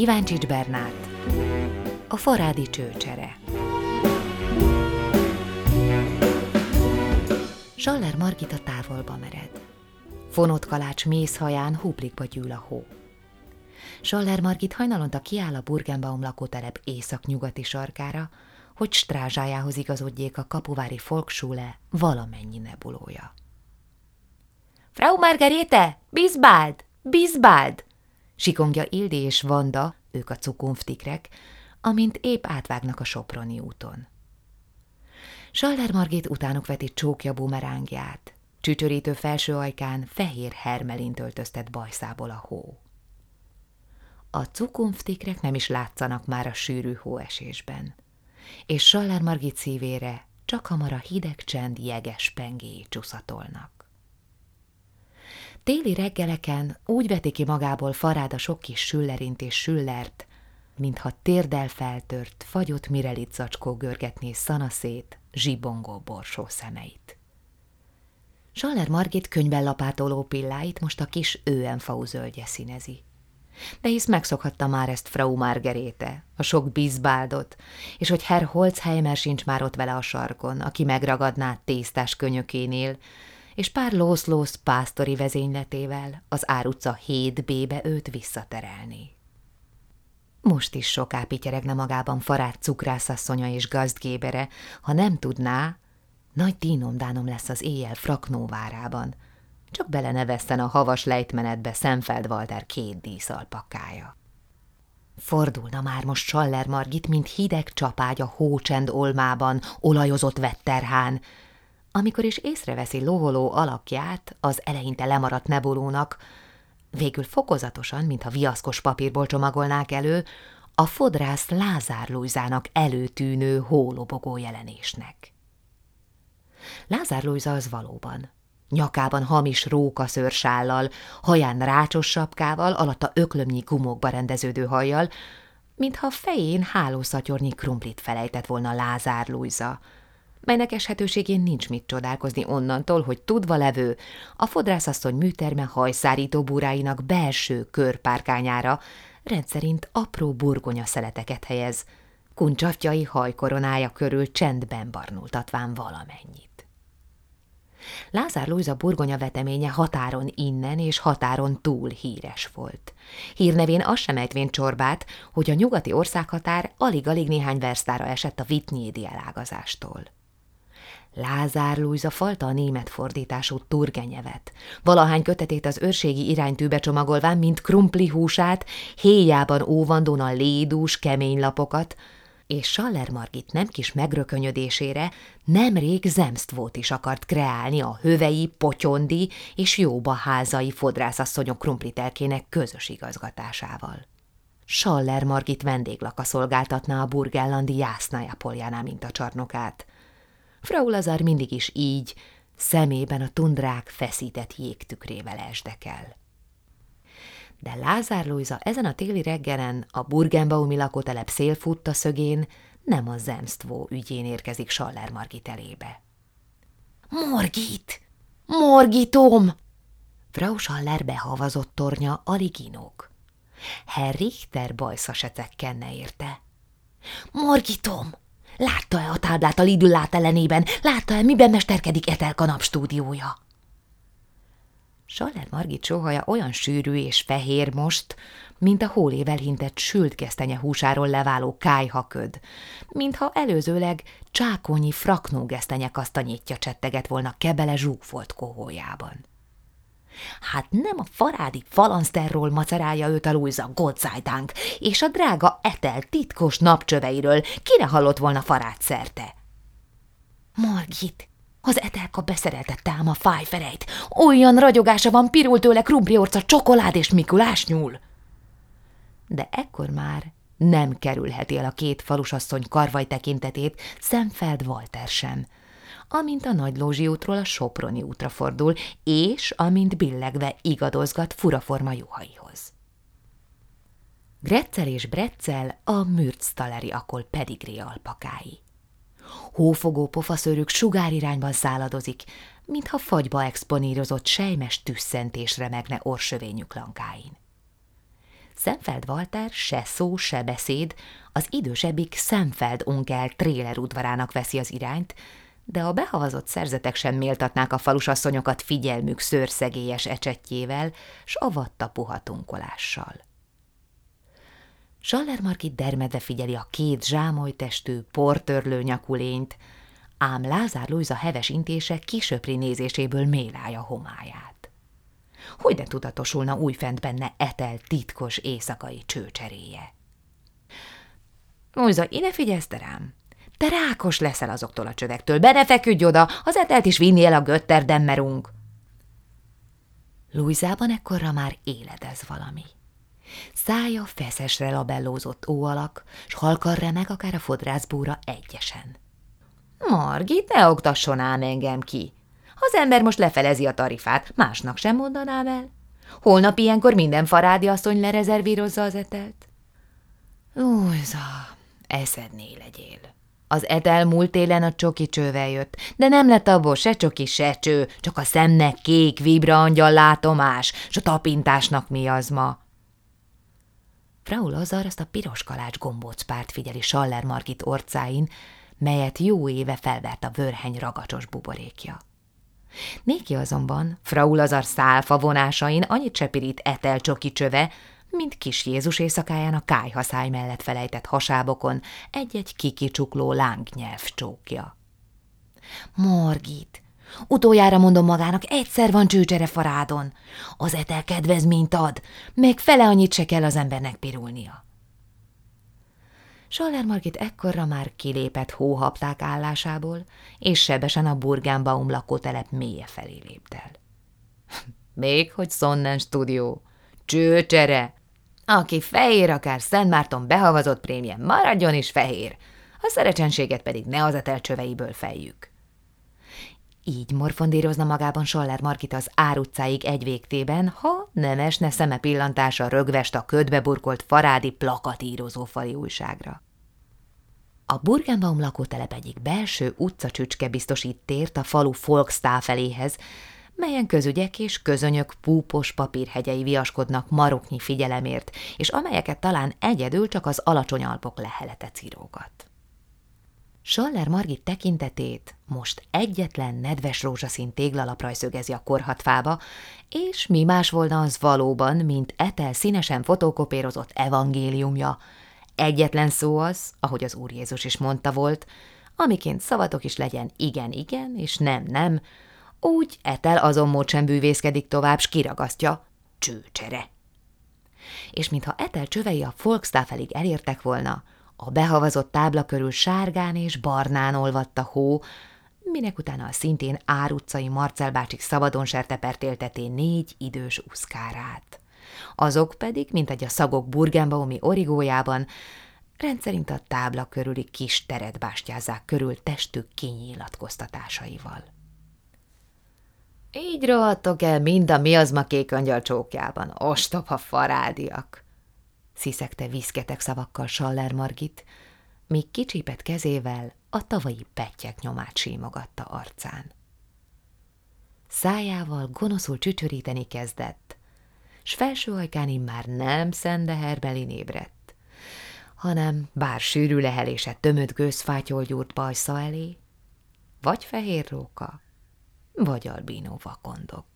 Iváncsics Bernát, a farádi csőcsere. Schaller Margit a távolba mered. Fonott kalács mézhaján húplikba gyűl a hó. Schaller Margit hajnalonta kiáll a Burgenbaum lakótelep északnyugati sarkára, hogy strázsájához igazodjék a kapuvári Volksschule valamennyi nebulója. Frau Margarete, bis bald, bis bald! Sikongja Ildi és Vanda, ők a Zukunftikrek, amint épp átvágnak a Soproni úton. Schaller Margit utánuk veti csókja bumerángját, csücsörítő felső ajkán fehér hermelint öltöztet bajszából a hó. A Zukunftikrek nem is látszanak már a sűrű hóesésben, és Schaller Margit szívére csak hamar a hideg csend jeges pengéi csuszatolnak. Téli reggeleken úgy veti ki magából Farád a sok kis Schüllerint és Schüllert, mintha térdel feltört, fagyott mirelit zacskó görgetné szanaszét, zsibongó borsó szemeit. Schaller Margit könyvben lapátoló pilláit most a kis Öenfau zöldje színezi. De hisz megszokhatta már ezt Frau Margarete, a sok bizbáldot, és hogy Herr Holzheimer sincs már ott vele a sarkon, aki megragadná tésztás könyökénél, és pár lósz-lósz pásztori vezényletével az Árutca 7B-be őt visszaterelni. Most is soká pityeregne magában Farád cukrászasszonya és gazdgébere, ha nem tudná, nagy dínomdánom lesz az éjjel Fraknóvárában, csak beleneveszten a havas lejtmenetbe Szemfeld Walter 2 díszalpakája. Fordulna már most Schaller Margit, mint hideg csapágy a hócsend olmában, olajozott vetterhán, amikor is észreveszi loholó alakját az eleinte lemaradt nebulónak, végül fokozatosan, mintha viaszkos papírból csomagolnák elő, a fodrász Lázár Lujzának előtűnő hólobogó jelenésnek. Lázár Lujza az valóban. Nyakában hamis rókaszőrsállal, haján rácsos sapkával, alatta öklömnyi gumokba rendeződő hajjal, mintha fején hálószatyornyi krumplit felejtett volna Lázár Lujza, melynek eshetőségén nincs mit csodálkozni onnantól, hogy tudva levő, a fodrászasszony műterme hajszárító búráinak belső körpárkányára rendszerint apró burgonya szeleteket helyez, kuncsaftjai hajkoronája körül csendben barnultatván valamennyit. Lázár Lujza burgonya veteménye határon innen és határon túl híres volt. Hírnevén azt sem ejtvén csorbát, hogy a nyugati országhatár alig-alig néhány versztára esett a Vittnyédi elágazástól. Lázár Lujza falta a német fordítású turgenyevet, valahány kötetét az őrségi iránytűbe csomagolván, mint krumpli húsát, héjában óvandón a lédús, kemény lapokat, és Schaller Margit nem kis megrökönyödésére nemrég Zemstvót is akart kreálni a hövei, potyondi és jóba házai fodrászasszonyok krumplitelkének közös igazgatásával. Schaller Margit vendéglaka szolgáltatná a burgenlandi Jásznája poljánál, mint a csarnokát. Frau Lazar mindig is így, szemében a tundrák feszített jégtükrével esdekel. De Lázár Lujza ezen a téli reggelen a Burgenbaumi lakótelep szélfutta szögén nem a Zemstvó ügyén érkezik Schaller Margit elébe. Margit! Margitom! Frau Schaller behavazott tornya alig inóg. Herr Richter bajszasecekkenne érte. Margitom! Látta-e a táblát a Lidl látelenében? Látta-e, miben mesterkedik Etelka napstúdiója? Schaller Margit sóhaja olyan sűrű és fehér most, mint a hólével hintett sült gesztenye húsáról leváló kályhaköd, mintha előzőleg csákonyi fraknógesztenye kasztanyétja csetteget volna kebele zsúfolt kohójában. Hát nem a farádi falanszterról macerálja őt a Lujza, Gott sei Dank, és a drága Etel titkos napcsöveiről kire hallott volna Farád szerte? Margit, az Etelka beszereltette ám a fájferejt, olyan ragyogása van, pirul tőle krumpliorca, csokolád és Mikulás nyúl. De ekkor már nem kerülheti el a két falusasszony karvaj tekintetét Szemfeld Walter sem, amint a Nagylózsi útról a Soproni útra fordul, és amint billegve igadozgat furaforma juhaihoz. Gretzel és Bretzel a Mürztaleri akol pedigré alpakái. Hófogó pofaszőrük sugárirányban száladozik, mintha fagyba exponírozott sejmes tüsszentés remegne orsövényük lankáin. Szemfeld Walter se szó, se beszéd, az idősebbik Szemfeld onkel tréler udvarának veszi az irányt, de a behavazott szerzetek sem méltatnák a falusasszonyokat figyelmük szőrszegélyes ecsetjével, s avatta puha tunkolással. Schaller Margit dermedve figyeli a két zsámolytestű, portörlő nyakú lényt, ám Lázár Lujza heves intése kisöpri nézéséből mélája homályát. Hogy ne tudatosulna újfent benne Ethel titkos éjszakai csőcseréje? Lujza, ide figyelsz te rám? Te rákos leszel azoktól a csövektől, be ne feküdj oda, az Ethelt is vinni el a Götterdammerung. Lujzában ekkorra már éledez valami. Szája feszesre labellózott óalak, s halkan remeg akár a fodrászbúra egyesen. Margit, ne oktasson ám engem ki. Ha az ember most lefelezi a tarifát, másnak sem mondanám el. Holnap ilyenkor minden farádi asszony lerezervírozza az Ethelt. Lujza, eszedné legyél. Az Ethel múlt télen a csoki csővel jött, de nem lett abból se csoki, se cső, csak a szemnek kék vibra angyal látomás, s a tapintásnak mi az ma. Frau Lazar azt a piros kalács gombócpárt figyeli Schaller Margit orcáin, melyet jó éve felvert a vörheny ragacsos buborékja. Néki azonban Frau Lazar szálfa vonásain annyit se pirít Ethel csoki csöve, mint kis Jézus éjszakáján a kályhaszály mellett felejtett hasábokon egy-egy kikicsukló lángnyelv csókja. Margit, utoljára mondom magának, egyszer van csőcsere farádon. Az Ethel kedvezményt ad, meg fele annyit se kell az embernek pirulnia. Schaller Margit ekkorra már kilépett hóhapták állásából, és sebesen a Burgenbaum lakótelep mélye felé lépte el. Még hogy Sonnenstudio, csőcsere, aki fehér, akár Szent Márton behavazott prémje, maradjon is fehér, a szerecsenséget pedig ne az Ethel csöveiből fejjük. Így morfondírozna magában Schaller Margit az Ár utcáig egy végtében, ha nem esne szeme pillantása rögvest a ködbe burkolt farádi plakatírozó fali újságra. A Burgenbaum lakótelep egyik belső utcacsücske biztosít tért a falu Volkstáfeléhez, melyen közügyek és közönyök púpos papírhegyei viaskodnak maroknyi figyelemért, és amelyeket talán egyedül csak az alacsony Alpok lehelete cirógat. Schaller Margit tekintetét most egyetlen nedves rózsaszín téglalapra szögezi a korhatfába, és mi más volna az valóban, mint Ethel színesen fotókopérozott evangéliumja. Egyetlen szó az, ahogy az Úr Jézus is mondta volt, amiként szavatok is legyen igen, igen, és nem, nem, úgy Ethel azon mód sem bűvészkedik tovább, s kiragasztja, csőcsere. És mintha Ethel csövei a Volkstáfelig elértek volna, a behavazott tábla körül sárgán és barnán olvadt a hó, minek utána a szintén Ár utcai Marcell bácsik szabadon sertepertélteté 4 idős uszkárát. Azok pedig, mint egy a szagok Burgenbaumi origójában, rendszerint a tábla körüli kis teret bástyázzák körül testük kinyilatkoztatásaival. Így rohadtok el mind a mi az ma kék angyal csókjában, ostoba farádiak! Sziszegte viszketek szavakkal Schaller Margit, míg kicsípett kezével a tavalyi pettyek nyomát símogatta arcán. Szájával gonoszul csücsöríteni kezdett, s felső ajkán immár nem Szendeherbelin ébredt, hanem bár sűrű lehelése tömött gőzfátyol gyúrt bajsza elé, vagy fehér róka, vagy albínó vakondok.